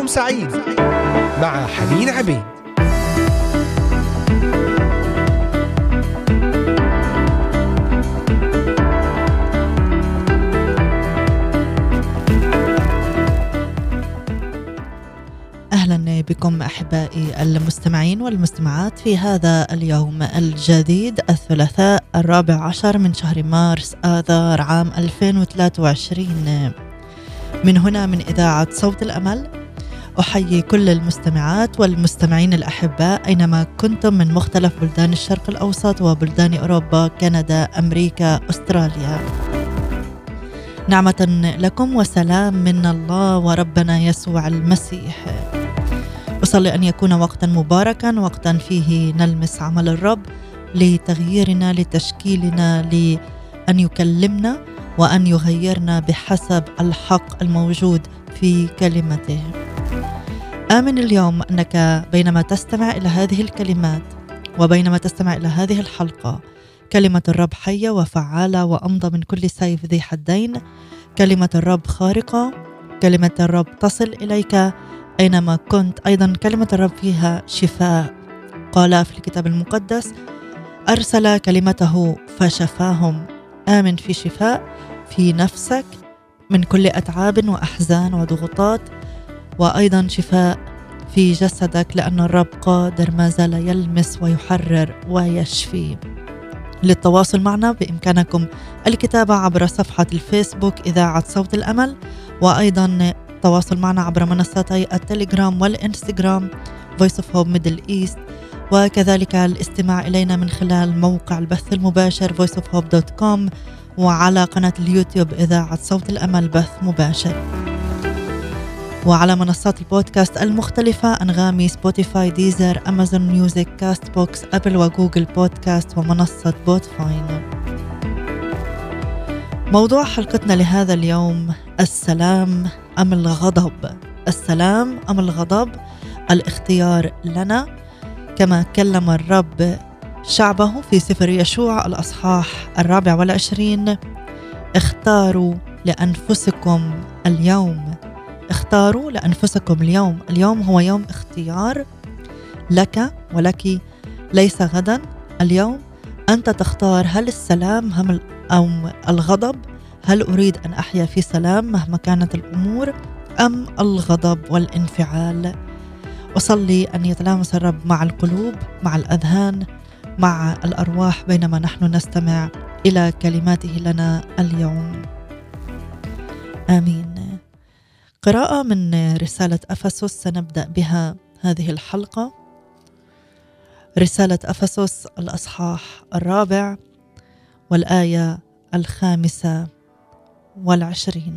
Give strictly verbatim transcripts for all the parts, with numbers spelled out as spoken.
صباحكم سعيد مع حنين عبيد. أهلا بكم أحبائي المستمعين والمستمعات في هذا اليوم الجديد، الثلاثاء الرابع عشر من شهر مارس آذار عام ألفين وثلاثة وعشرين. من هنا من إذاعة صوت الأمل أحيي كل المستمعات والمستمعين الأحباء أينما كنتم من مختلف بلدان الشرق الأوسط وبلدان أوروبا، كندا، أمريكا، أستراليا. نعمة لكم وسلام من الله وربنا يسوع المسيح. أصلي أن يكون وقتا مباركا، وقتا فيه نلمس عمل الرب لتغييرنا، لتشكيلنا، لأن يكلمنا وأن يغيرنا بحسب الحق الموجود في كلمته. آمن اليوم أنك بينما تستمع إلى هذه الكلمات وبينما تستمع إلى هذه الحلقة، كلمة الرب حية وفعالة وأمضى من كل سيف ذي حدين. كلمة الرب خارقة، كلمة الرب تصل إليك أينما كنت. أيضا كلمة الرب فيها شفاء. قال في الكتاب المقدس: أرسل كلمته فشفاهم. آمن في شفاء في نفسك من كل أتعاب وأحزان وضغوطات، وأيضا شفاء في جسدك، لأن الرب قادر ما زال يلمس ويحرر ويشفي. للتواصل معنا بإمكانكم الكتابة عبر صفحة الفيسبوك إذاعة صوت الأمل، وأيضا التواصل معنا عبر منصاتي التليجرام والإنستغرام Voice of Hope Middle East، وكذلك الاستماع إلينا من خلال موقع البث المباشر voice of hope دوت كوم، وعلى قناة اليوتيوب إذاعة صوت الأمل بث مباشر، وعلى منصات البودكاست المختلفة: أنغامي، سبوتيفاي، ديزر، أمازون ميوزك، كاست بوكس، أبل وجوجل بودكاست، ومنصة بودفاين. موضوع حلقتنا لهذا اليوم: السلام أم الغضب؟ السلام أم الغضب؟ الاختيار لنا، كما كلم الرب شعبه في سفر يشوع الأصحاح الرابع والعشرين: اختاروا لأنفسكم اليوم. اختاروا لأنفسكم اليوم. اليوم هو يوم اختيار لك ولك، ليس غدا. اليوم أنت تختار: هل السلام هم أو الغضب؟ هل أريد أن أحيا في سلام مهما كانت الأمور، أم الغضب والانفعال؟ أصلي أن يتلامس الرب مع القلوب، مع الأذهان، مع الأرواح بينما نحن نستمع إلى كلماته لنا اليوم. آمين. قراءة من رسالة أفسس سنبدأ بها هذه الحلقة. رسالة أفسس الأصحاح الرابع والآية الخامسة والعشرين.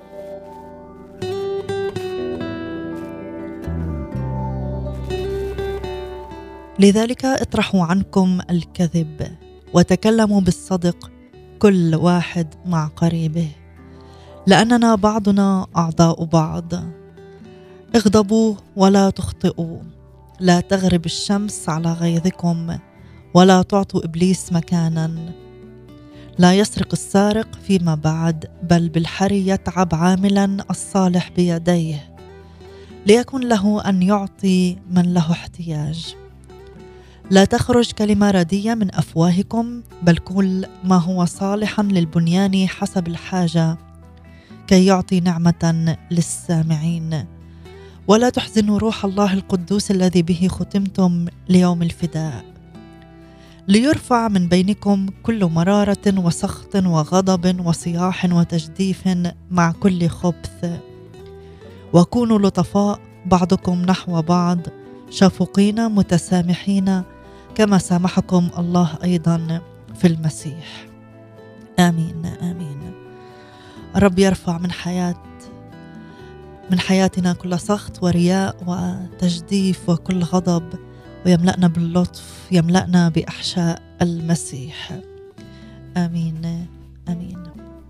لذلك اطرحوا عنكم الكذب وتكلموا بالصدق كل واحد مع قريبه، لأننا بعضنا أعضاء بعض. اغضبوا ولا تخطئوا، لا تغرب الشمس على غيظكم، ولا تعطوا إبليس مكانا. لا يسرق السارق فيما بعد، بل بالحري يتعب عاملا الصالح بيديه، ليكن له أن يعطي من له احتياج. لا تخرج كلمة ردية من أفواهكم، بل كل ما هو صالحا للبنيان حسب الحاجة، كي يعطي نعمة للسامعين. ولا تحزنوا روح الله القدوس الذي به ختمتم ليوم الفداء. ليرفع من بينكم كل مرارة وسخط وغضب وصياح وتجديف مع كل خبث. وكونوا لطفاء بعضكم نحو بعض، شفوقين متسامحين، كما سامحكم الله أيضا في المسيح. آمين آمين. الرب يرفع من حياة من حياتنا كل سخط ورياء وتجديف وكل غضب، ويملأنا باللطف، يملأنا بأحشاء المسيح. آمين آمين.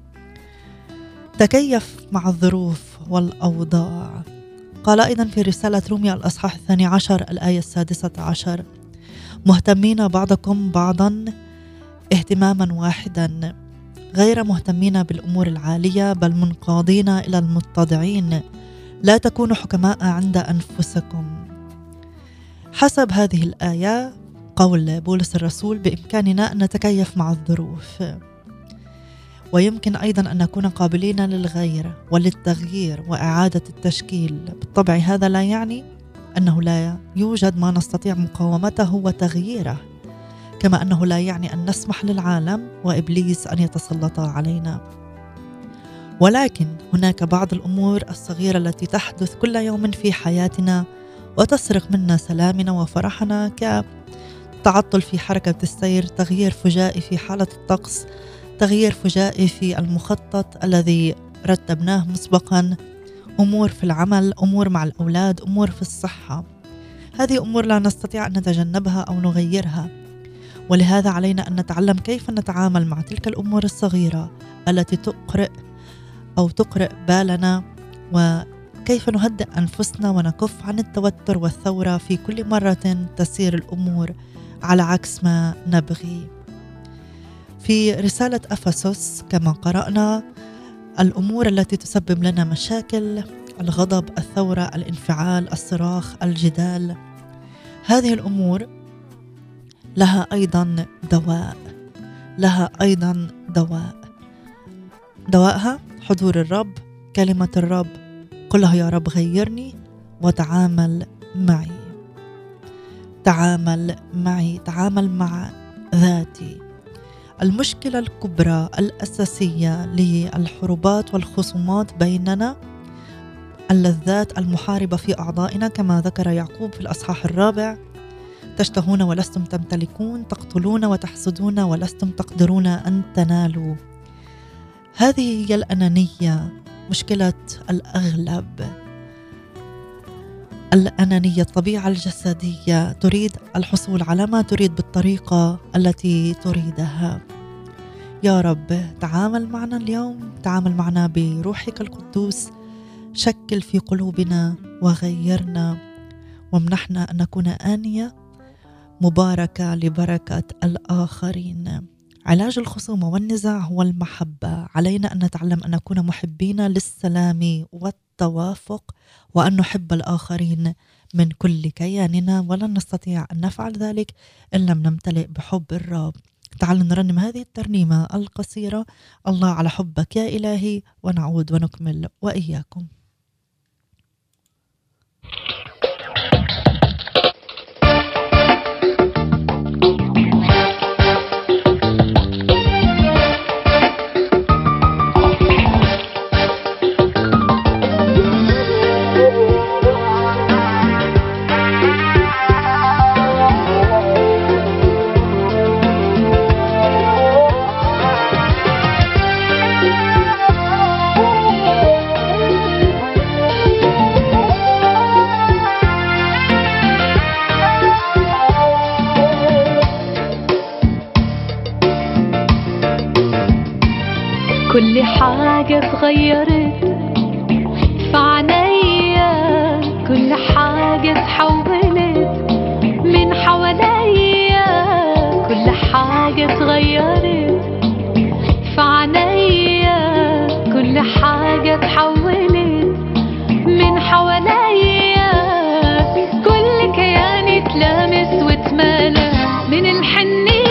تكيف مع الظروف والأوضاع. قال أيضا في رسالة روميا الأصحاح الثاني عشر الآية السادسة عشر: مهتمين بعضكم بعضا اهتماما واحدا، غير مهتمين بالأمور العالية، بل منقادين إلى المتضعين، لا تكونوا حكماء عند أنفسكم. حسب هذه الآية قول بولس الرسول بإمكاننا أن نتكيف مع الظروف، ويمكن أيضا أن نكون قابلين للغير وللتغيير وإعادة التشكيل. بالطبع هذا لا يعني أنه لا يوجد ما نستطيع مقاومته وتغييره، كما أنه لا يعني أن نسمح للعالم وإبليس أن يتسلطا علينا. ولكن هناك بعض الأمور الصغيرة التي تحدث كل يوم في حياتنا وتسرق منا سلامنا وفرحنا، كتعطل في حركة السير، تغيير فجائي في حالة الطقس، تغيير فجائي في المخطط الذي رتبناه مسبقا، أمور في العمل، أمور مع الأولاد، أمور في الصحة. هذه أمور لا نستطيع أن نتجنبها أو نغيرها، ولهذا علينا أن نتعلم كيف نتعامل مع تلك الأمور الصغيرة التي تقرئ أو تقرئ بالنا، وكيف نهدئ أنفسنا ونكف عن التوتر والثورة في كل مرة تسير الأمور على عكس ما نبغي. في رسالة أفسس كما قرأنا، الأمور التي تسبب لنا مشاكل، الغضب، الثورة، الانفعال، الصراخ، الجدال، هذه الأمور لها أيضا دواء، لها أيضا دواء. دوائها حضور الرب، كلمة الرب، قلها يا رب غيرني وتعامل معي. تعامل معي، تعامل مع ذاتي. المشكلة الكبرى الأساسية للحروبات والخصومات بيننا اللذات المحاربة في أعضائنا، كما ذكر يعقوب في الأصحاح الرابع: تشتهون ولستم تمتلكون، تقتلون وتحسدون ولستم تقدرون أن تنالوا. هذه هي الأنانية، مشكلة الأغلب. الأنانية، الطبيعة الجسدية تريد الحصول على ما تريد بالطريقة التي تريدها. يا رب تعامل معنا اليوم، تعامل معنا بروحك القدوس، شكل في قلوبنا وغيرنا، وامنحنا أن نكون آنية مباركة لبركة الآخرين. علاج الخصومة والنزاع هو المحبة. علينا أن نتعلم أن نكون محبين للسلام والتوافق، وأن نحب الآخرين من كل كياننا، ولن نستطيع أن نفعل ذلك إن لم نمتلئ بحب الرب. تعالوا نرنم هذه الترنيمة القصيرة، الله على حبك يا إلهي، ونعود ونكمل وإياكم. كل حاجة اتغيرت في عينيا، كل حاجة اتحولت من حواليا، كل حاجة اتغيرت في عينيا، كل حاجة اتحولت من حواليا، كل كيان اتلامس واتملى من الحنية.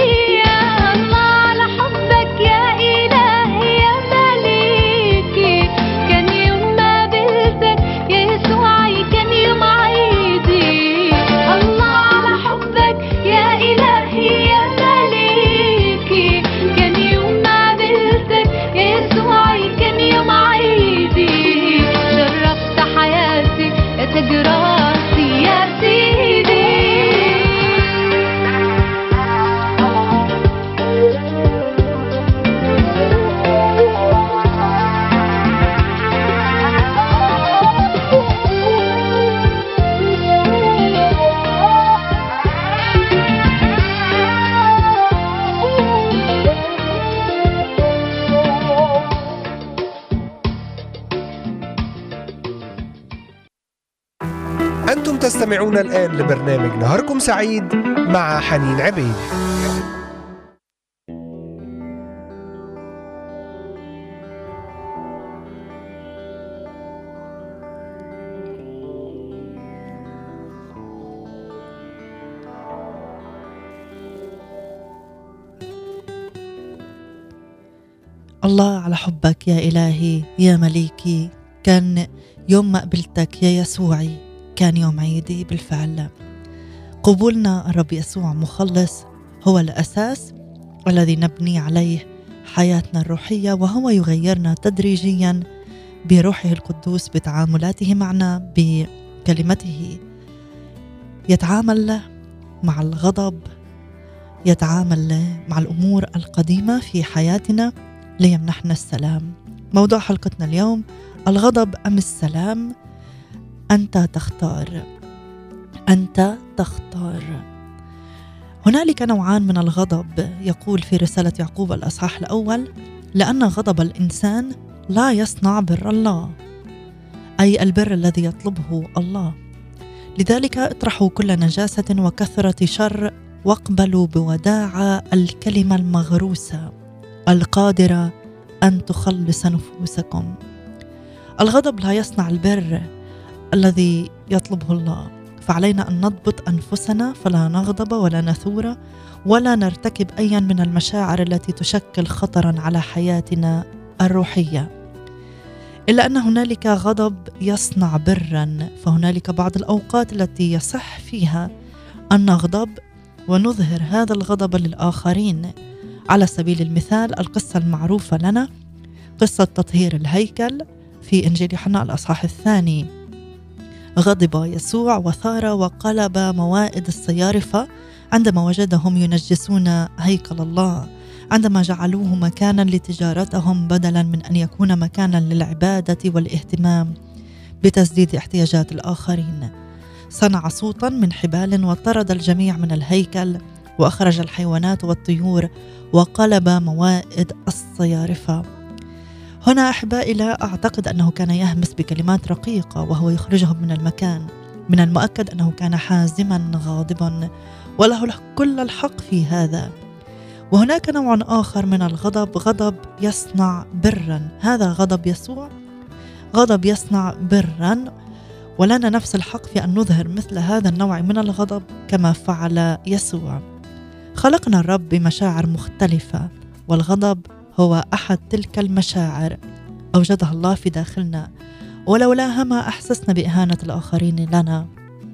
أنتم تستمعون الآن لبرنامج نهاركم سعيد مع حنين عبيد. الله على حبك يا إلهي يا مليكي، كان يوم ما قبلتك يا يسوعي كان يوم عيدي بالفعل. قبولنا الرب يسوع مخلص هو الأساس الذي نبني عليه حياتنا الروحية، وهو يغيرنا تدريجيا بروحه القدوس بتعاملاته معنا بكلمته. يتعامل مع الغضب، يتعامل مع الأمور القديمة في حياتنا ليمنحنا السلام. موضوع حلقتنا اليوم: الغضب أم السلام؟ أنت تختار، أنت تختار. هنالك نوعان من الغضب. يقول في رسالة يعقوب الأصحاح الأول: لأن غضب الإنسان لا يصنع بر الله، أي البر الذي يطلبه الله. لذلك اطرحوا كل نجاسة وكثرة شر، واقبلوا بوداعة الكلمة المغروسة القادرة أن تخلص نفوسكم. الغضب لا يصنع البر الذي يطلبه الله، فعلينا أن نضبط أنفسنا فلا نغضب ولا نثور ولا نرتكب أي من المشاعر التي تشكل خطرا على حياتنا الروحية. إلا أن هنالك غضب يصنع برا، فهنالك بعض الأوقات التي يصح فيها أن نغضب ونظهر هذا الغضب للآخرين. على سبيل المثال القصة المعروفة لنا، قصة تطهير الهيكل في إنجيل يوحنا الأصحاح الثاني. غضب يسوع وثار وقلب موائد الصيارفة عندما وجدهم ينجسون هيكل الله، عندما جعلوه مكانا لتجارتهم بدلا من أن يكون مكانا للعبادة والاهتمام بتسديد احتياجات الآخرين. صنع صوتا من حبال وطرد الجميع من الهيكل، وأخرج الحيوانات والطيور وقلب موائد الصيارفة. هنا أحبائي لا أعتقد أنه كان يهمس بكلمات رقيقة وهو يخرجهم من المكان. من المؤكد أنه كان حازما غاضبا، وله كل الحق في هذا. وهناك نوع آخر من الغضب، غضب يصنع برا. هذا غضب يسوع، غضب يصنع برا، ولنا نفس الحق في أن نظهر مثل هذا النوع من الغضب كما فعل يسوع. خلقنا الرب بمشاعر مختلفة، والغضب هو أحد تلك المشاعر أوجدها الله في داخلنا، ولولاها ما أحسسنا بإهانة الآخرين لنا.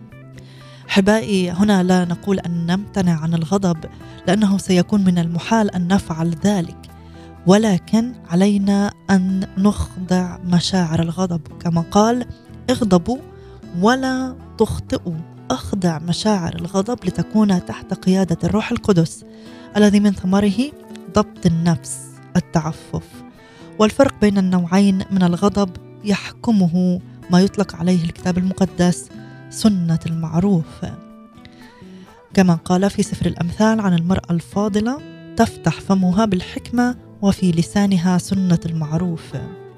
أحبائي، هنا لا نقول أن نمتنع عن الغضب، لأنه سيكون من المحال أن نفعل ذلك، ولكن علينا أن نخضع مشاعر الغضب. كما قال: اغضبوا ولا تخطئوا. أخضع مشاعر الغضب لتكون تحت قيادة الروح القدس الذي من ثمره ضبط النفس، التعفف. والفرق بين النوعين من الغضب يحكمه ما يطلق عليه الكتاب المقدس سنة المعروف. كما قال في سفر الأمثال عن المرأة الفاضلة: تفتح فمها بالحكمة وفي لسانها سنة المعروف.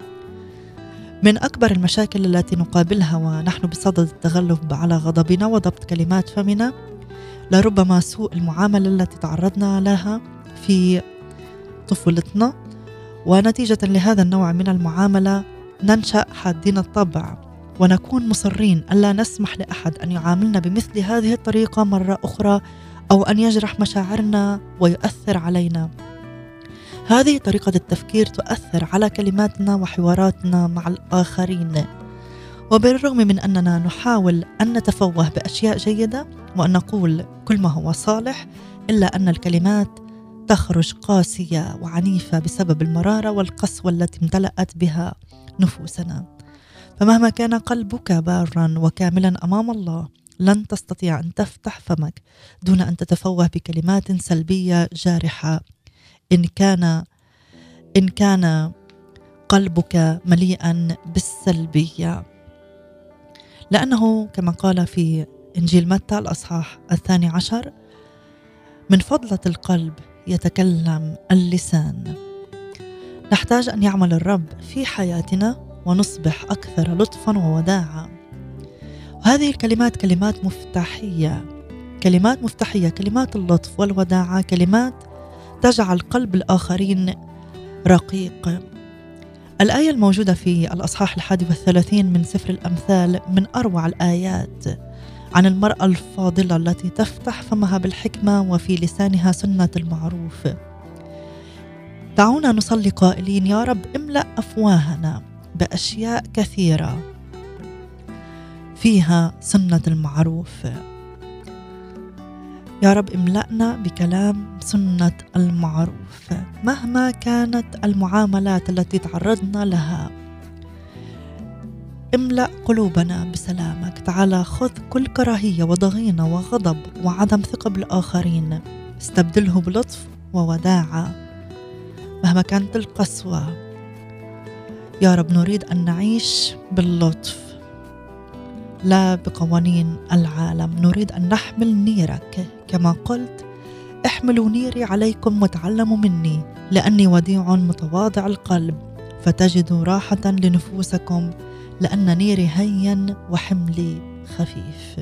من أكبر المشاكل التي نقابلها ونحن بصدد التغلب على غضبنا وضبط كلمات فمنا لربما سوء المعاملة التي تعرضنا لها في طفولتنا، ونتيجة لهذا النوع من المعاملة ننشأ حادين الطبع، ونكون مصرين ألا نسمح لأحد أن يعاملنا بمثل هذه الطريقة مرة أخرى، أو أن يجرح مشاعرنا ويؤثر علينا. هذه طريقة التفكير تؤثر على كلماتنا وحواراتنا مع الآخرين. وبالرغم من أننا نحاول أن نتفوه بأشياء جيدة وأن نقول كل ما هو صالح، إلا أن الكلمات تخرج قاسية وعنيفة بسبب المرارة والقسوة التي امتلأت بها نفوسنا. فمهما كان قلبك بارا وكاملا أمام الله، لن تستطيع أن تفتح فمك دون أن تتفوه بكلمات سلبية جارحة، إن كان إن كان قلبك مليئا بالسلبية. لأنه كما قال في إنجيل متى الأصحاح الثاني عشر: من فضلة القلب يتكلم اللسان. نحتاج أن يعمل الرب في حياتنا ونصبح أكثر لطفا ووداعا. وهذه الكلمات كلمات مفتاحية، كلمات مفتاحية، كلمات اللطف والوداعة، كلمات تجعل قلب الآخرين رقيق. الآية الموجودة في الأصحاح الحادي والثلاثين من سفر الأمثال من أروع الآيات عن المرأة الفاضلة التي تفتح فمها بالحكمة وفي لسانها سنة المعروف. دعونا نصلي قائلين: يا رب املأ أفواهنا بأشياء كثيرة فيها سنة المعروف. يا رب املأنا بكلام سنة المعروف مهما كانت المعاملات التي تعرضنا لها. املأ قلوبنا بسلامك. تعال خذ كل كراهية وضغينة وغضب وعدم ثقة بالآخرين، استبدله بلطف ووداعة مهما كانت القسوة. يا رب نريد أن نعيش باللطف لا بقوانين العالم. نريد أن نحمل نيرك كما قلت: احملوا نيري عليكم وتعلموا مني لأني وديع متواضع القلب فتجدوا راحة لنفوسكم، لأن نيري هين وحملي خفيف.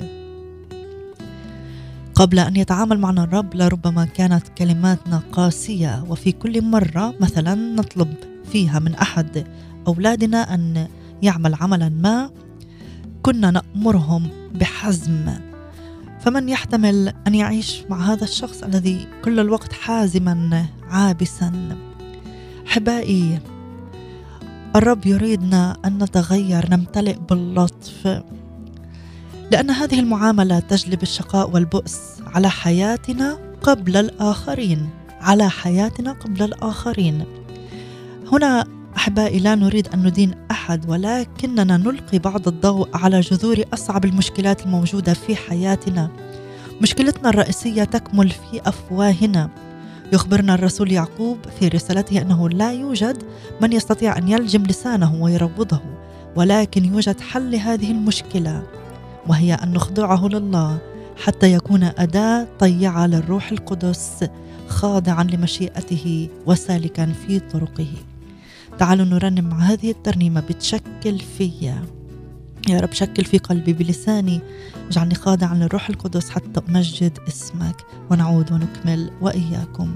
قبل أن يتعامل معنا الرب لربما كانت كلماتنا قاسية، وفي كل مرة مثلا نطلب فيها من أحد أولادنا أن يعمل عملا ما كنا نأمرهم بحزم. فمن يحتمل أن يعيش مع هذا الشخص الذي كل الوقت حازما عابسا؟ أحبائي، الرب يريدنا أن نتغير، نمتلئ باللطف، لأن هذه المعاملة تجلب الشقاء والبؤس على حياتنا قبل الآخرين، على حياتنا قبل الآخرين. هنا أحبائي لا نريد أن ندين أحد، ولكننا نلقي بعض الضوء على جذور أصعب المشكلات الموجودة في حياتنا. مشكلتنا الرئيسية تكمل في أفواهنا. يخبرنا الرسول يعقوب في رسالته أنه لا يوجد من يستطيع أن يلجم لسانه ويروضه، ولكن يوجد حل لهذه المشكلة، وهي أن نخضعه لله حتى يكون أداة طيعة للروح القدس، خاضعا لمشيئته وسالكا في طرقه. تعالوا نرنم مع هذه الترنيمة: بتشكل فيا يا رب، شكل في قلبي بلساني، اجعلني خاضعا للروح القدس حتى أمجد اسمك. ونعود ونكمل وإياكم.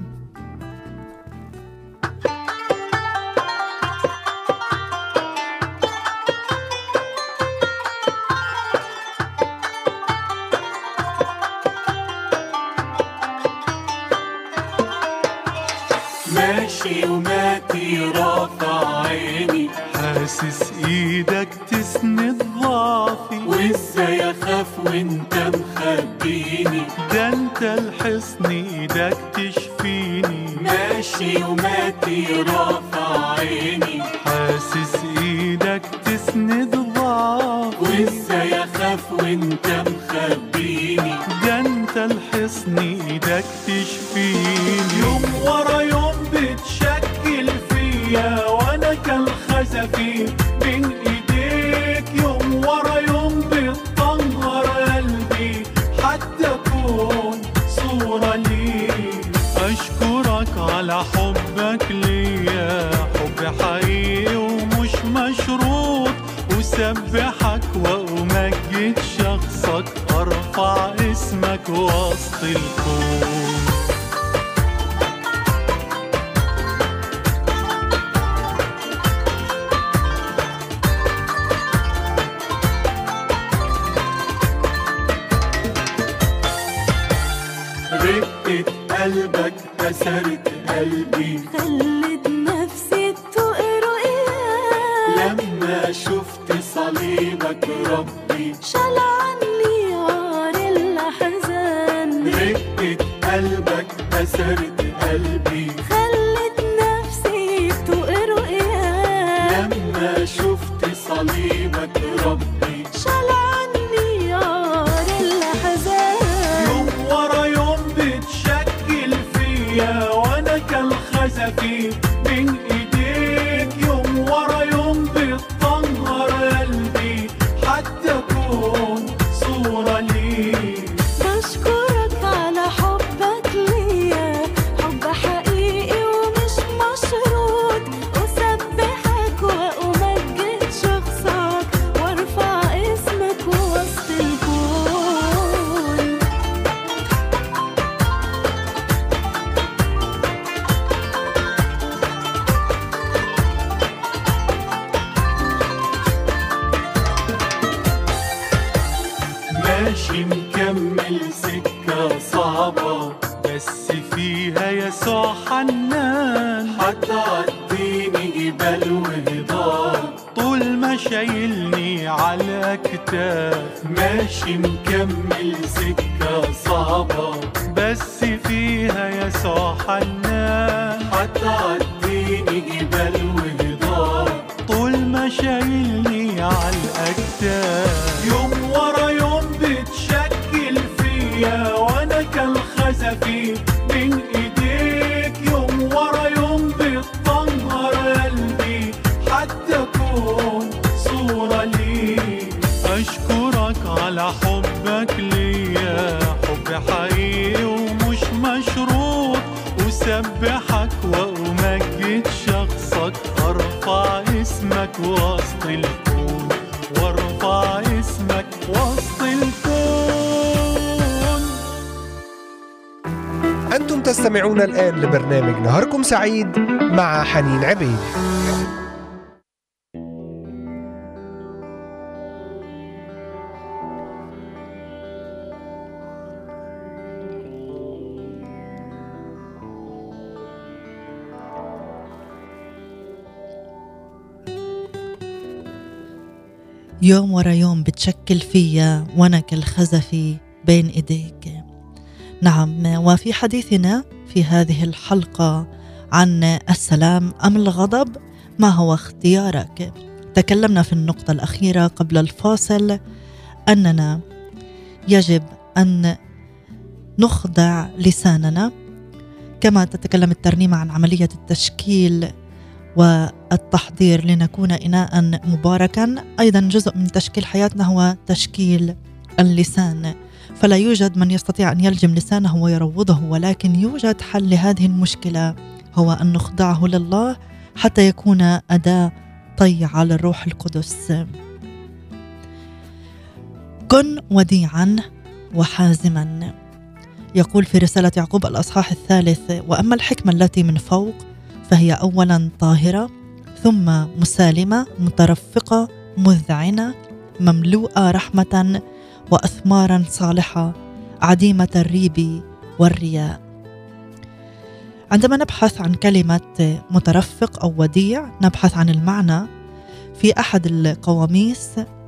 ماشي وماتي رافع عيني، حاسس ايدك تسند ضعفي، وازاي اخاف وانت مخبيني، ده انت الحصن ايدك تشفيني. ماشي وماتي رافع عيني، حاسس ايدك تسند ضعفي، وازاي اخاف وانت مخبيني، ده انت الحصن ايدك تشفيني. يوم ورا يوم بتشكل فيا وانا كالخزفي بين ايديك، يوم ورا يوم بتطهر قلبي حتى اكون صورة ليك. اشكرك على حبك ليا، حب حقيقي ومش مشروط، وسبحك وامجد شخصك، ارفع اسمك وسط الكون. رقة قلبك أسرت قلبي، خلت نفسي تقرأ لما شفت صليبك ربي، شال عني عار الأحزان. رقة قلبك أسرت قلبي، خلت نفسي تقرأ لما شفت صليبك ربي، شال عني عار الأحزان. يوم ورا يوم بتشكل فيا وانا كالخزفي بين ايديك، يوم ورا يوم بتطهر قلبي حتى اكون صورة ليك. بشكرك على حبك ليا، حب حقيقي ومش مشروط، وسبحك وأمجد شخصك، وارفع اسمك وسط الكون. ماشي مكمل سكة صعبة، بس فيها يسوع حنان، حتى جبال وهضاب، طول ما شايلني على كتاف، ماشي مكمل سكة صعبة، بس فيها يسوع حنان، هتعديني جبال وهضاب، طول ما شايلني على الأكتاف. يوم ورا يوم بتشكل فيا وانا كالخزفي بين ايديك، يوم ورا يوم بتطهر قلبي حتى اكون صورة ليك. اشكرك على حبك ليا، حب حقيقي ومش مشروط، وسبحك وامجد شخصك، ارفع اسمك وسط الكون، وارفع اسمك وسط الكون. أنتم تستمعون الآن لبرنامج نهاركم سعيد مع حنين عبيد. يوم ورا يوم بتشكل فيا وانا كالخزفي بين ايديك. نعم، وفي حديثنا في هذه الحلقة عن السلام أم الغضب، ما هو اختيارك؟ تكلمنا في النقطة الأخيرة قبل الفاصل أننا يجب أن نخضع لساننا، كما تتكلم الترنيمة عن عملية التشكيل والتحضير لنكون إناء مباركا. أيضا جزء من تشكيل حياتنا هو تشكيل اللسان، فلا يوجد من يستطيع أن يلجم لسانه ويروضه، ولكن يوجد حل لهذه المشكلة، هو أن نخضعه لله حتى يكون أداة طيعة للروح القدس. كن وديعا وحازما، يقول في رسالة يعقوب الأصحاح الثالث: وأما الحكمة التي من فوق فهي أولا طاهرة، ثم مسالمة، مترفقة، مذعنة، مملوءة رحمة وأثمارا صالحة، عديمة الريب والرياء. عندما نبحث عن كلمة مترفق أو وديع نبحث عن المعنى في أحد القواميس،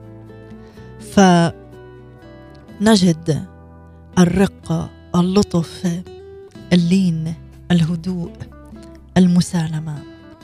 فنجد الرقة، اللطف، اللين، الهدوء، المسالمة.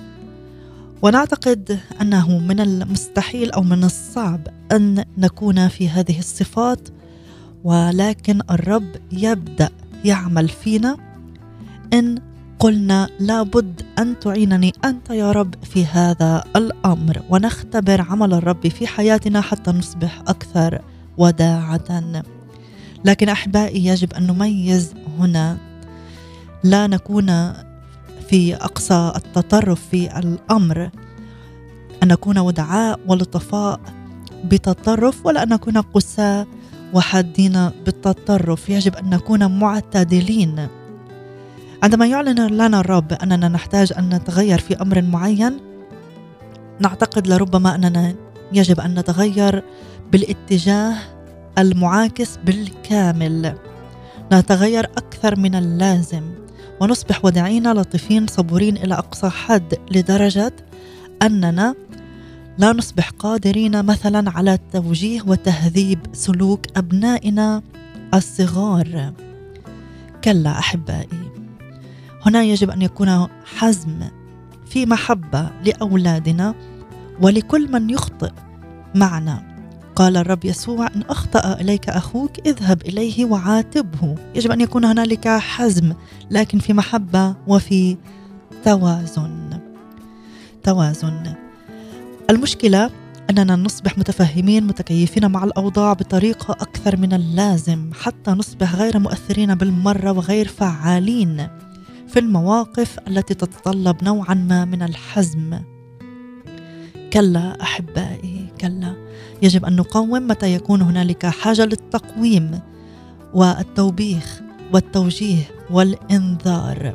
ونعتقد أنه من المستحيل أو من الصعب أن نكون في هذه الصفات، ولكن الرب يبدأ يعمل فينا إن قلنا لابد أن تعينني أنت يا رب في هذا الأمر، ونختبر عمل الرب في حياتنا حتى نصبح أكثر وداعة. لكن أحبائي يجب أن نميز هنا، لا نكون في أقصى التطرف في الأمر، أن نكون ودعاء ولطفاء بتطرف، ولا أن نكون قساة وحادين بالتطرف. يجب أن نكون معتدلين. عندما يعلن لنا الرب أننا نحتاج أن نتغير في أمر معين، نعتقد لربما أننا يجب أن نتغير بالاتجاه المعاكس بالكامل، نتغير أكثر من اللازم، ونصبح وداعين لطيفين صبورين إلى أقصى حد، لدرجة أننا لا نصبح قادرين مثلا على توجيه وتهذيب سلوك أبنائنا الصغار. كلا أحبائي، هنا يجب أن يكون حزم في محبة لأولادنا ولكل من يخطئ معنا. قال الرب يسوع: إن أخطأ إليك أخوك اذهب إليه وعاتبه. يجب أن يكون هنالك حزم، لكن في محبة وفي توازن. توازن. المشكلة أننا نصبح متفهمين متكيفين مع الأوضاع بطريقة أكثر من اللازم، حتى نصبح غير مؤثرين بالمرة وغير فعالين في المواقف التي تتطلب نوعا ما من الحزم. كلا أحبائي، كلا. يجب أن نقوم متى يكون هنالك حاجة للتقويم والتوبيخ والتوجيه والإنذار.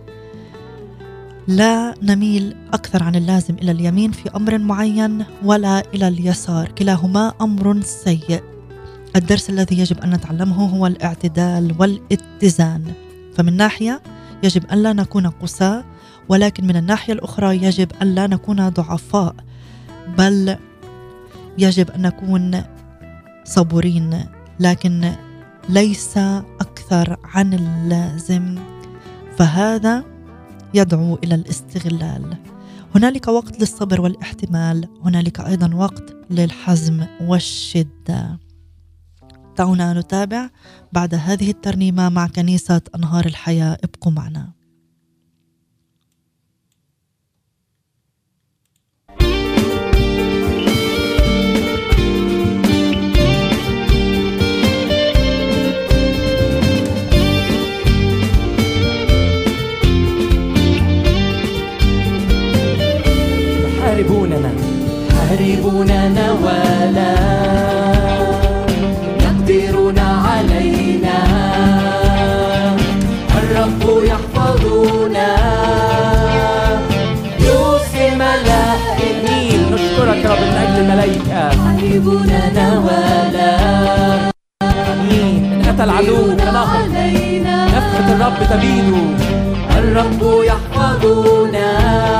لا نميل أكثر عن اللازم إلى اليمين في أمر معين ولا إلى اليسار، كلاهما أمر سيء. الدرس الذي يجب أن نتعلمه هو الاعتدال والاتزان. فمن ناحية يجب أن لا نكون قساة ولكن من الناحية الأخرى يجب أن لا نكون ضعفاء، بل يجب أن نكون صبورين، لكن ليس أكثر عن اللازم، فهذا يدعو إلى الاستغلال. هنالك وقت للصبر والاحتمال، هنالك أيضا وقت للحزم والشدة. دعونا نتابع بعد هذه الترنيمة مع كنيسة أنهار الحياة. ابقوا معنا. يحاربوننا يحاربوننا ولا يقدرون علينا، الرب يحفظنا يوصي ملائكة. نشكرك رب من أجل الملائكة. يحاربوننا ولا آمين. إن أتى العدو كنهر نفخة الرب تبيد، الرب يحفظنا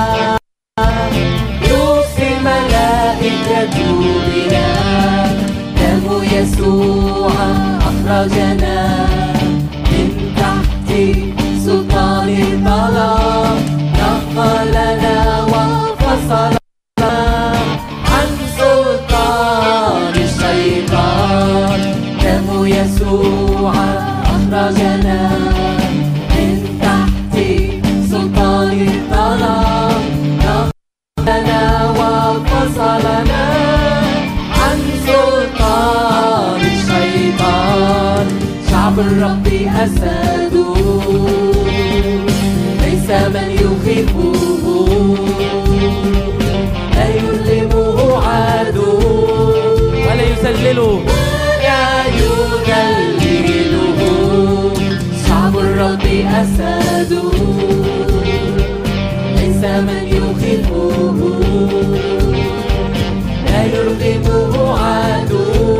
بنا، دم يسوع أخرجنا من تحت سلطان الظلام، نقلنا وفصلنا عن سلطان الشيطان. دم يسوع أخرجنا من تحت سلطان الظلام، نقلنا وفصلنا عن سلطان الشيطان. شعب الرب أسد ليس من يخيفه، لا يظلمه عدو ولا يذلله ولا يذلله. شعب الرب أسد ليس من يخيفه، لا يرغمه عدو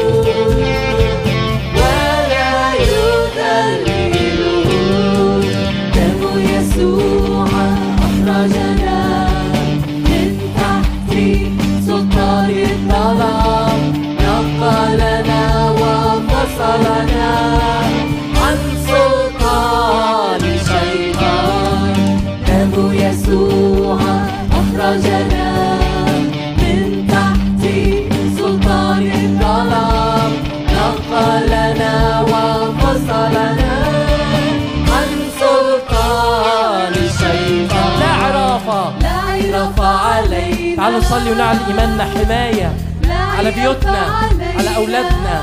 ولا يذلله. دم يسوع أخرجنا من تحت سلطان الظلام، نقلنا وفصلنا عن سلطان الشيطان. دم يسوع أخرجنا من تحت سلطان الظلام، نقلنا وفصلنا عن سلطان الشيطان. لا عرافة لا عرافة علينا. تعالوا نصلي ونعلن إيماننا حماية على بيوتنا، على أولادنا،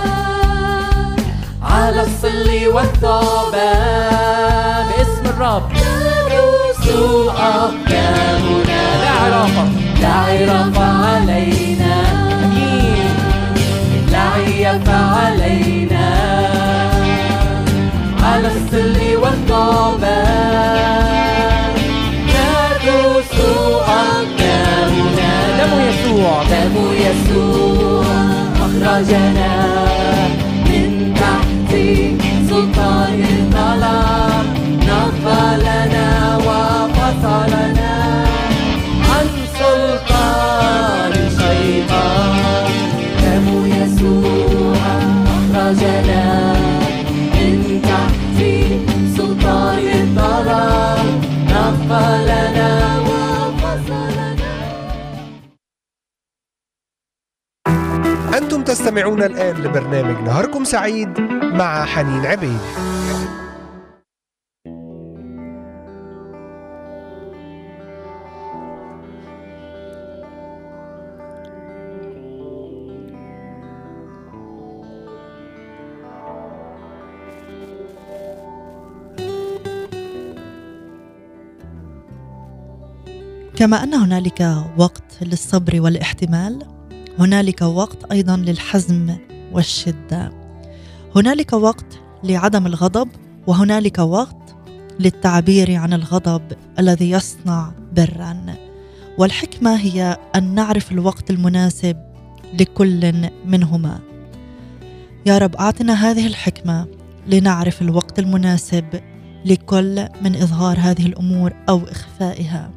على الصل والثعبان باسم الرب. يسوع أقدامنا، لا عرافة لا عرافة علينا. أمين. لا عيف علينا، على الصل والثعبان ندوس أقدامنا. دم يسوع دم يسوع أخرجنا من تحت سلطان الظلام، نقلنا وفصلنا عن سلطان الشيطان. دم يسوع أخرجنا من تحت سلطان الظلام، نقلنا وفصلنا. أنتم تستمعون الآن لبرنامج نهاركم سعيد مع حنين عبيد. كما أن هنالك وقت للصبر والاحتمال، هنالك وقت أيضا للحزم والشدة. هنالك وقت لعدم الغضب، وهنالك وقت للتعبير عن الغضب الذي يصنع برا. والحكمة هي أن نعرف الوقت المناسب لكل منهما. يا رب أعطنا هذه الحكمة لنعرف الوقت المناسب لكل من إظهار هذه الأمور أو إخفائها.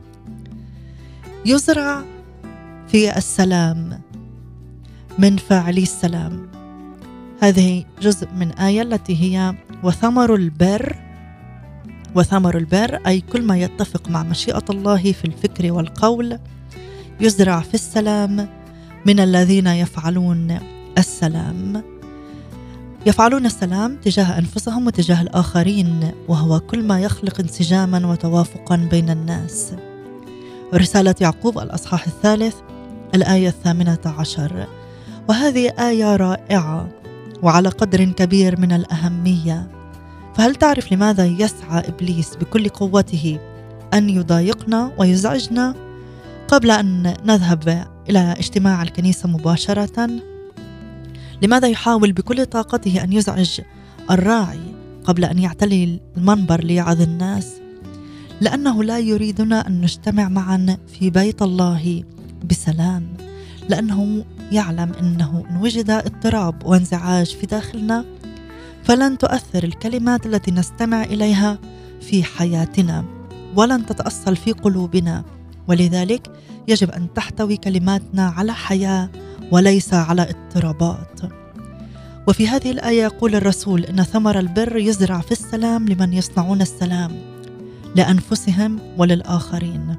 يزرع في السلام من فاعلي السلام. هذه جزء من آية التي هي وثمر البر. وثمر البر أي كل ما يتفق مع مشيئة الله في الفكر والقول يزرع في السلام من الذين يفعلون السلام. يفعلون السلام تجاه أنفسهم وتجاه الآخرين، وهو كل ما يخلق انسجاما وتوافقا بين الناس. رسالة يعقوب الأصحاح الثالث الآية الثامنة عشر، وهذه آية رائعة وعلى قدر كبير من الأهمية. فهل تعرف لماذا يسعى إبليس بكل قوته أن يضايقنا ويزعجنا قبل أن نذهب إلى اجتماع الكنيسة مباشرة؟ لماذا يحاول بكل طاقته أن يزعج الراعي قبل أن يعتلي المنبر ليعظ الناس؟ لأنه لا يريدنا أن نجتمع معا في بيت الله بسلام، لأنه يعلم أنه إن وجد اضطراب وانزعاج في داخلنا فلن تؤثر الكلمات التي نستمع إليها في حياتنا ولن تتأصل في قلوبنا، ولذلك يجب أن تحتوي كلماتنا على حياة وليس على اضطرابات. وفي هذه الآية يقول الرسول إن ثمر البر يزرع في السلام لمن يصنعون السلام لأنفسهم وللآخرين.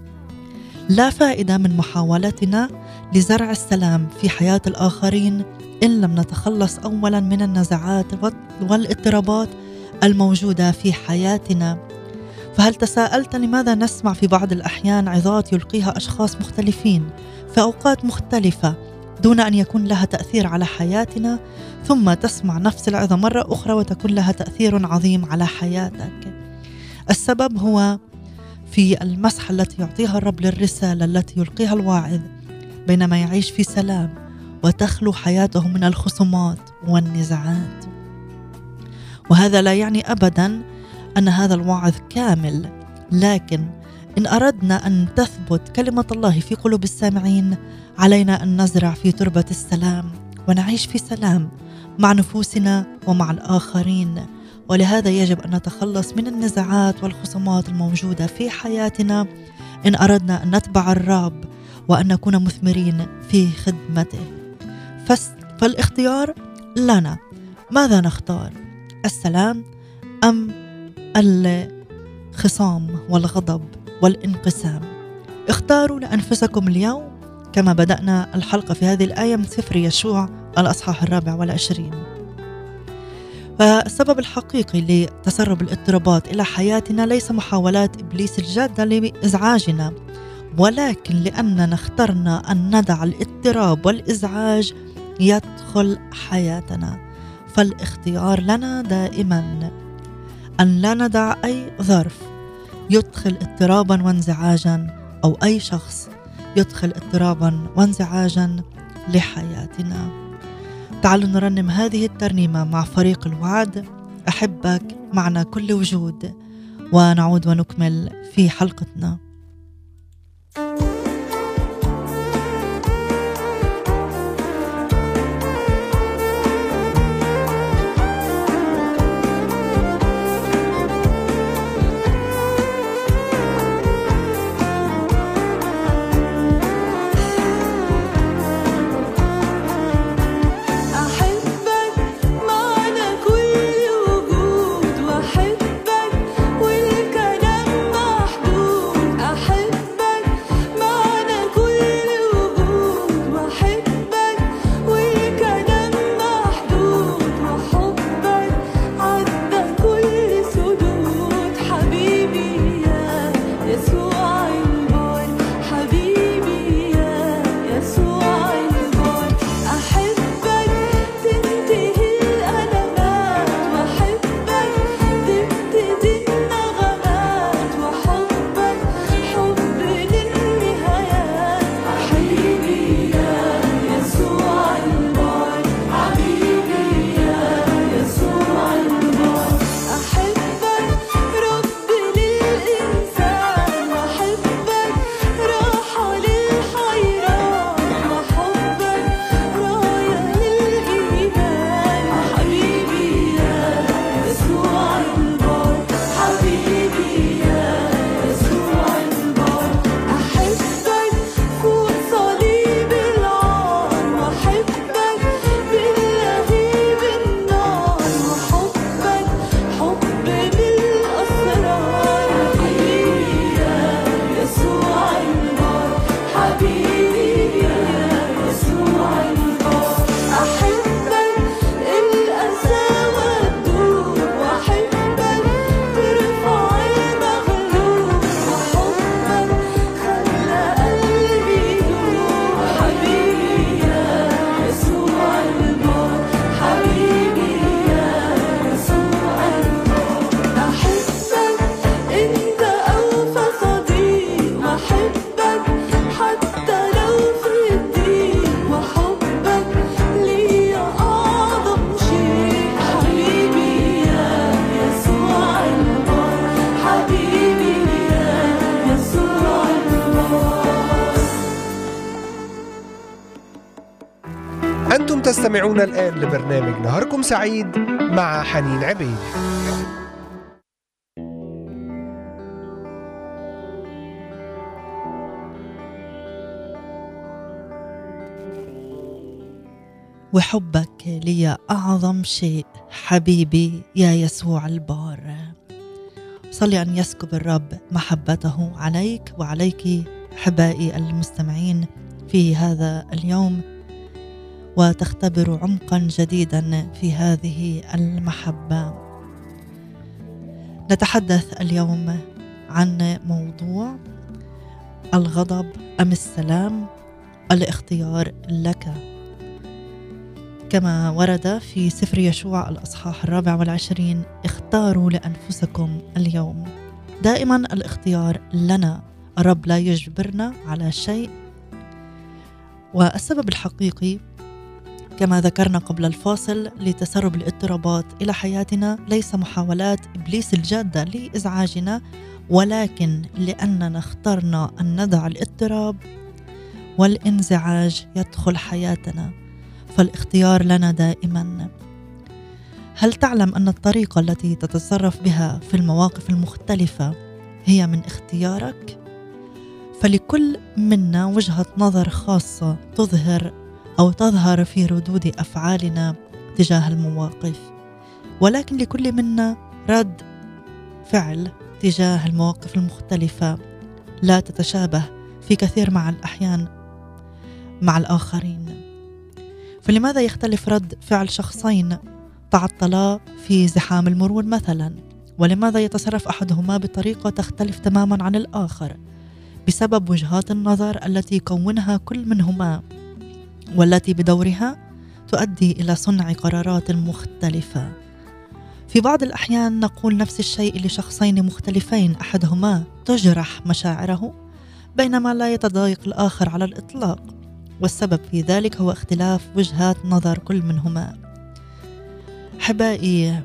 لا فائدة من محاولتنا لزرع السلام في حياة الآخرين إن لم نتخلص أولا من النزعات والاضطرابات الموجودة في حياتنا. فهل تساءلت لماذا نسمع في بعض الأحيان عظات يلقيها أشخاص مختلفين في أوقات مختلفة دون أن يكون لها تأثير على حياتنا، ثم تسمع نفس العظة مرة أخرى وتكون لها تأثير عظيم على حياتك؟ السبب هو في المسحة التي يعطيها الرب للرسالة التي يلقيها الواعظ بينما يعيش في سلام وتخلو حياته من الخصومات والنزاعات. وهذا لا يعني أبدا أن هذا الوعظ كامل، لكن إن أردنا أن تثبت كلمة الله في قلوب السامعين علينا أن نزرع في تربة السلام ونعيش في سلام مع نفوسنا ومع الآخرين. ولهذا يجب أن نتخلص من النزاعات والخصومات الموجودة في حياتنا إن أردنا أن نتبع الرب وأن نكون مثمرين في خدمته. فالاختيار لنا. ماذا نختار؟ السلام أم الخصام والغضب والانقسام؟ اختاروا لأنفسكم اليوم كما بدأنا الحلقة في هذه الآية من سفر يشوع الأصحاح الرابع والعشرين. فالسبب الحقيقي لتسرب الاضطرابات إلى حياتنا ليس محاولات إبليس الجادة لإزعاجنا، ولكن لأننا اخترنا أن ندع الاضطراب والإزعاج يدخل حياتنا. فالاختيار لنا دائما أن لا ندع أي ظرف يدخل اضطرابا وانزعاجا أو أي شخص يدخل اضطرابا وانزعاجا لحياتنا. تعالوا نرنم هذه الترنيمة مع فريق الوعد، أحبك معنا كل وجود، ونعود ونكمل في حلقتنا. أحبك أنتم تستمعون الآن لبرنامج نهاركم سعيد مع حنين عبيد. وحبك لي أعظم شيء حبيبي يا يسوع البار. صلي أن يسكب الرب محبته عليك وعليك أحبائي المستمعين في هذا اليوم، وتختبروا عمقا جديدا في هذه المحبة. نتحدث اليوم عن موضوع الغضب أم السلام، الاختيار لك، كما ورد في سفر يشوع الأصحاح الرابع والعشرين: اختاروا لأنفسكم اليوم. دائما الاختيار لنا، الرب لا يجبرنا على شيء. والسبب الحقيقي كما ذكرنا قبل الفاصل لتسرب الاضطرابات إلى حياتنا ليس محاولات إبليس الجادة لإزعاجنا، ولكن لأننا اخترنا أن ندع الاضطراب والانزعاج يدخل حياتنا. فالاختيار لنا دائما. هل تعلم أن الطريقة التي تتصرف بها في المواقف المختلفة هي من اختيارك؟ فلكل منا وجهة نظر خاصة تظهر أو تظهر في ردود أفعالنا تجاه المواقف، ولكن لكل منا رد فعل تجاه المواقف المختلفة لا تتشابه في كثير مع الأحيان مع الآخرين. فلماذا يختلف رد فعل شخصين تعطلا في زحام المرور مثلا؟ ولماذا يتصرف أحدهما بطريقة تختلف تماما عن الآخر؟ بسبب وجهات النظر التي يكونها كل منهما، والتي بدورها تؤدي إلى صنع قرارات مختلفة. في بعض الأحيان نقول نفس الشيء لشخصين مختلفين، أحدهما تجرح مشاعره بينما لا يتضايق الآخر على الإطلاق، والسبب في ذلك هو اختلاف وجهات نظر كل منهما. أحبائي،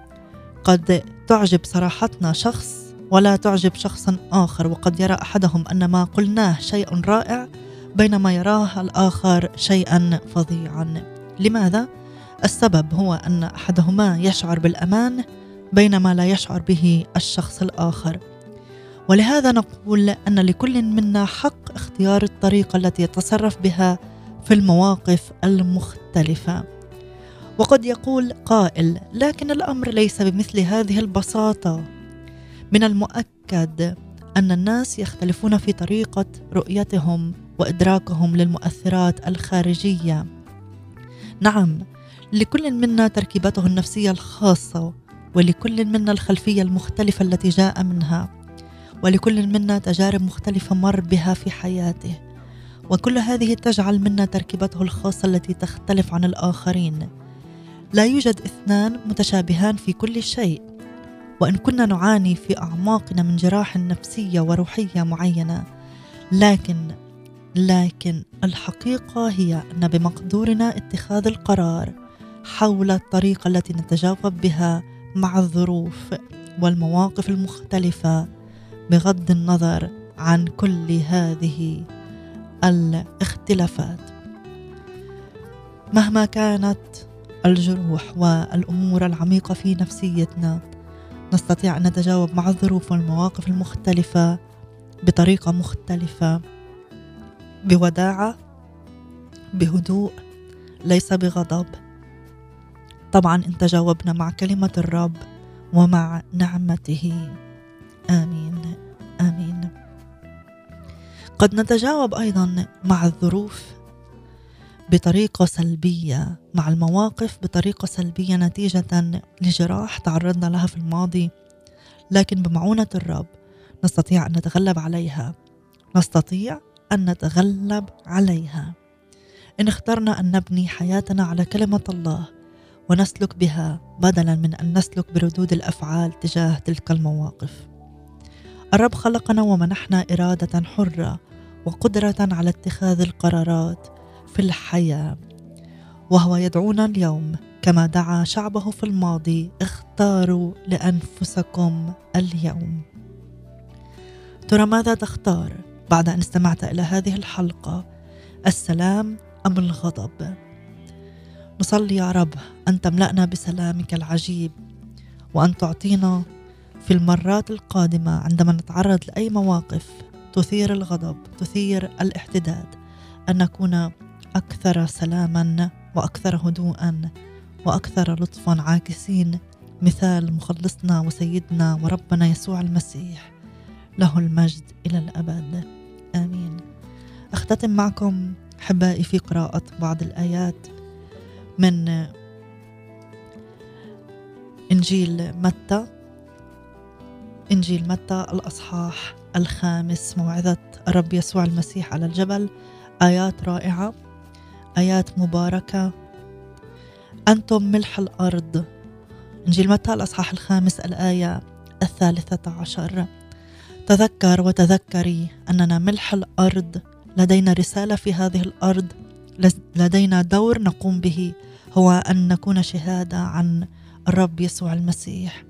قد تعجب صراحتنا شخص ولا تعجب شخصا آخر، وقد يرى أحدهم أن ما قلناه شيء رائع بينما يراه الآخر شيئا فظيعا. لماذا؟ السبب هو أن أحدهما يشعر بالأمان بينما لا يشعر به الشخص الآخر. ولهذا نقول أن لكل منا حق اختيار الطريقة التي يتصرف بها في المواقف المختلفة. وقد يقول قائل: لكن الأمر ليس بمثل هذه البساطة. من المؤكد أن الناس يختلفون في طريقة رؤيتهم وإدراكهم للمؤثرات الخارجية. نعم، لكل منا تركيبته النفسية الخاصة، ولكل منا الخلفية المختلفة التي جاء منها، ولكل منا تجارب مختلفة مر بها في حياته، وكل هذه تجعل منا تركيبته الخاصة التي تختلف عن الآخرين. لا يوجد اثنان متشابهان في كل شيء، وإن كنا نعاني في أعماقنا من جراح نفسية وروحية معينة، لكن لكن الحقيقة هي أن بمقدورنا اتخاذ القرار حول الطريقة التي نتجاوب بها مع الظروف والمواقف المختلفة بغض النظر عن كل هذه الاختلافات. مهما كانت الجروح والأمور العميقة في نفسيتنا، نستطيع أن نتجاوب مع الظروف والمواقف المختلفة بطريقة مختلفة، بوداعة، بهدوء، ليس بغضب. طبعا إن تجاوبنا مع كلمة الرب ومع نعمته. آمين آمين. قد نتجاوب أيضا مع الظروف بطريقة سلبية، مع المواقف بطريقة سلبية نتيجة لجراح تعرضنا لها في الماضي، لكن بمعونة الرب نستطيع أن نتغلب عليها. نستطيع أن نتغلب عليها إن اخترنا أن نبني حياتنا على كلمة الله ونسلك بها بدلا من أن نسلك بردود الأفعال تجاه تلك المواقف. الرب خلقنا ومنحنا إرادة حرة وقدرة على اتخاذ القرارات في الحياة، وهو يدعونا اليوم كما دعا شعبه في الماضي: اختاروا لأنفسكم اليوم. ترى ماذا تختار بعد أن استمعت إلى هذه الحلقة؟ السلام أم الغضب؟ نصلي يا رب أن تملأنا بسلامك العجيب، وأن تعطينا في المرات القادمة عندما نتعرض لأي مواقف تثير الغضب، تثير الاحتداد، أن نكون أكثر سلاما وأكثر هدوءا وأكثر لطفا، عاكسين مثال مخلصنا وسيدنا وربنا يسوع المسيح، له المجد إلى الأبد. آمين. أختتم معكم أحبائي في قراءة بعض الآيات من إنجيل متى، إنجيل متى الأصحاح الخامس، موعظة الرب يسوع المسيح على الجبل. آيات رائعة، آيات مباركة. أنتم ملح الأرض. إنجيل متى الأصحاح الخامس الآية الثالثة عشر. تذكر وتذكري أننا ملح الأرض، لدينا رسالة في هذه الأرض، لدينا دور نقوم به، هو أن نكون شهادة عن الرب يسوع المسيح.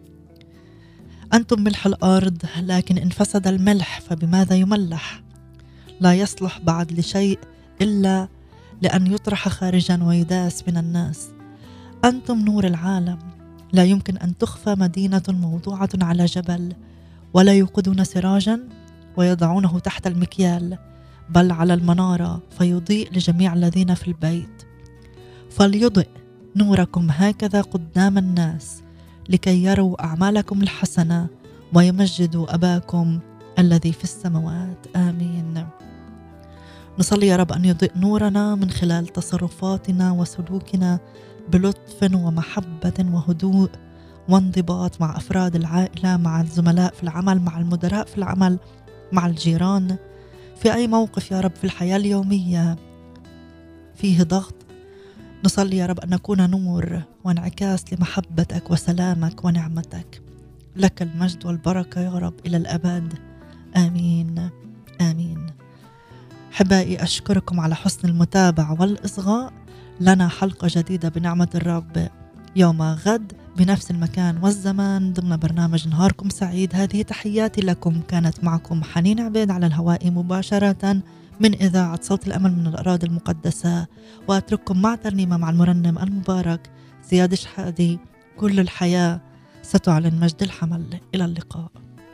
أنتم ملح الأرض، لكن إن فسد الملح فبماذا يملح؟ لا يصلح بعد لشيء إلا لأن يطرح خارجا ويداس من الناس. أنتم نور العالم، لا يمكن أن تخفى مدينة موضوعة على جبل، ولا يوقدون سراجا ويضعونه تحت المكيال، بل على المنارة فيضيء لجميع الذين في البيت. فليضئ نوركم هكذا قدام الناس، لكي يروا أعمالكم الحسنة ويمجدوا أباكم الذي في السماوات. آمين. نصلي يا رب أن يضيء نورنا من خلال تصرفاتنا وسلوكنا بلطف ومحبة وهدوء وانضباط مع أفراد العائلة، مع الزملاء في العمل، مع المدراء في العمل، مع الجيران، في أي موقف يا رب في الحياة اليومية فيه ضغط. نصلي يا رب أن نكون نور وانعكاس لمحبتك وسلامك ونعمتك. لك المجد والبركة يا رب إلى الأبد. آمين آمين. أحبائي، أشكركم على حسن المتابعة والإصغاء. لنا حلقة جديدة بنعمة الرب يوم غد بنفس المكان والزمان ضمن برنامج نهاركم سعيد. هذه تحياتي لكم، كانت معكم حنين عبيد على الهواء مباشرة من إذاعة صوت الأمل من الأراضي المقدسة، وأترككم مع ترنيمة مع المرنم المبارك زياد شحادي. كل الحياة ستعلن مجد الحمل. إلى اللقاء.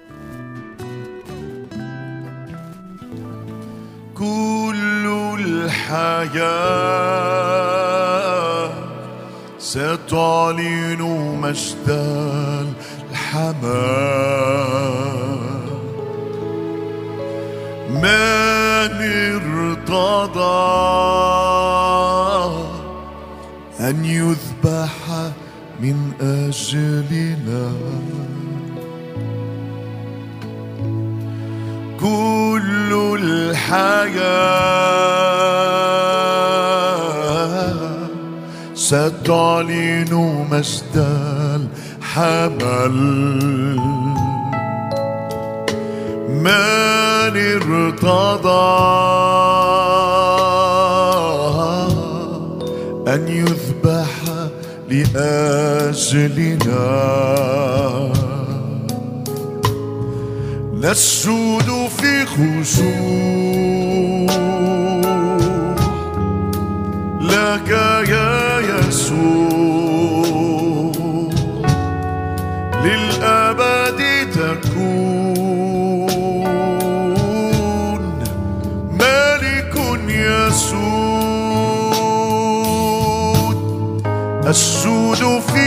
كل الحياة ستعلن مجد الحمل. من ارتضى أن يذبح من أجلنا، كل الحياة ستعلن مجد الحمل. من ارتضى أن يذبح لأجلنا، نسجد في خشوع لك يا يسوع، للأبد تكون ملك يسود. أسجد في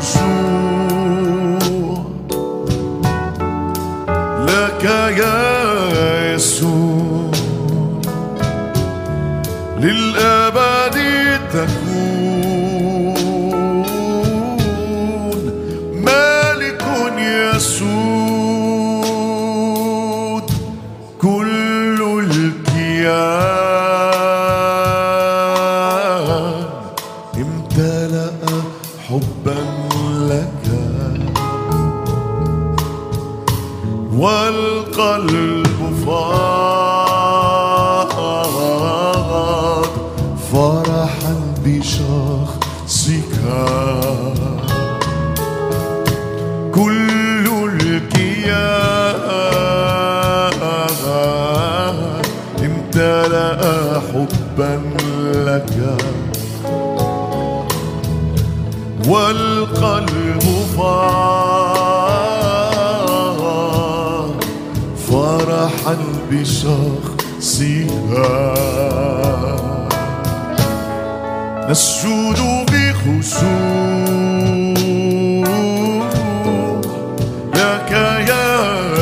خشوع لك يا يسوع، للأبد تكون ملك يسود. كل الكيان امتلأ حبا لك، والقلب فاض فرحا بشخصك. كل الكيان امتلأ حبا لك، والقلب فاض فرحا بشخصها. نسجد بخشوع لك يا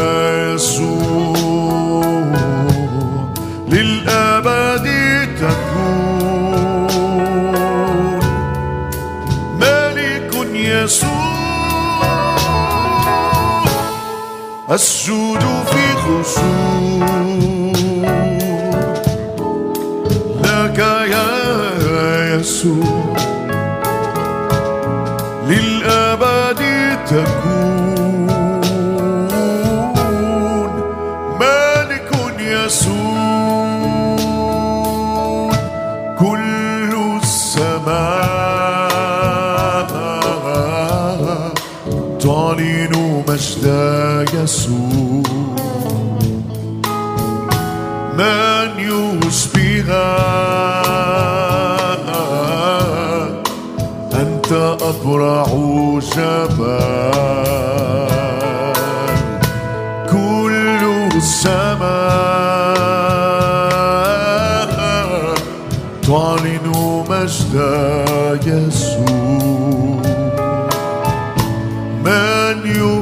يسوع، للأبد تكون ملك يسوع. أسجد في خشوع لك يا يسوع، للأبد تكون ملك يسوع. كل السماء تعلن مجد يسوع. من يشبهك أنت أبرع جمال. كل السماء تعلن مجد يسوع. من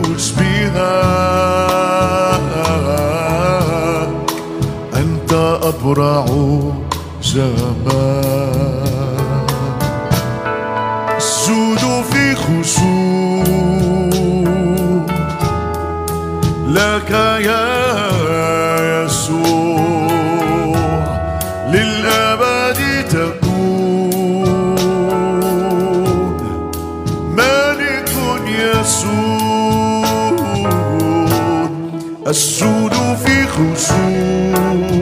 يشبهك أنت أبرع جمال. أسجد في خشوع لك يا يسوع، للأبد تكون ملك يسوع. أسجد في خشوع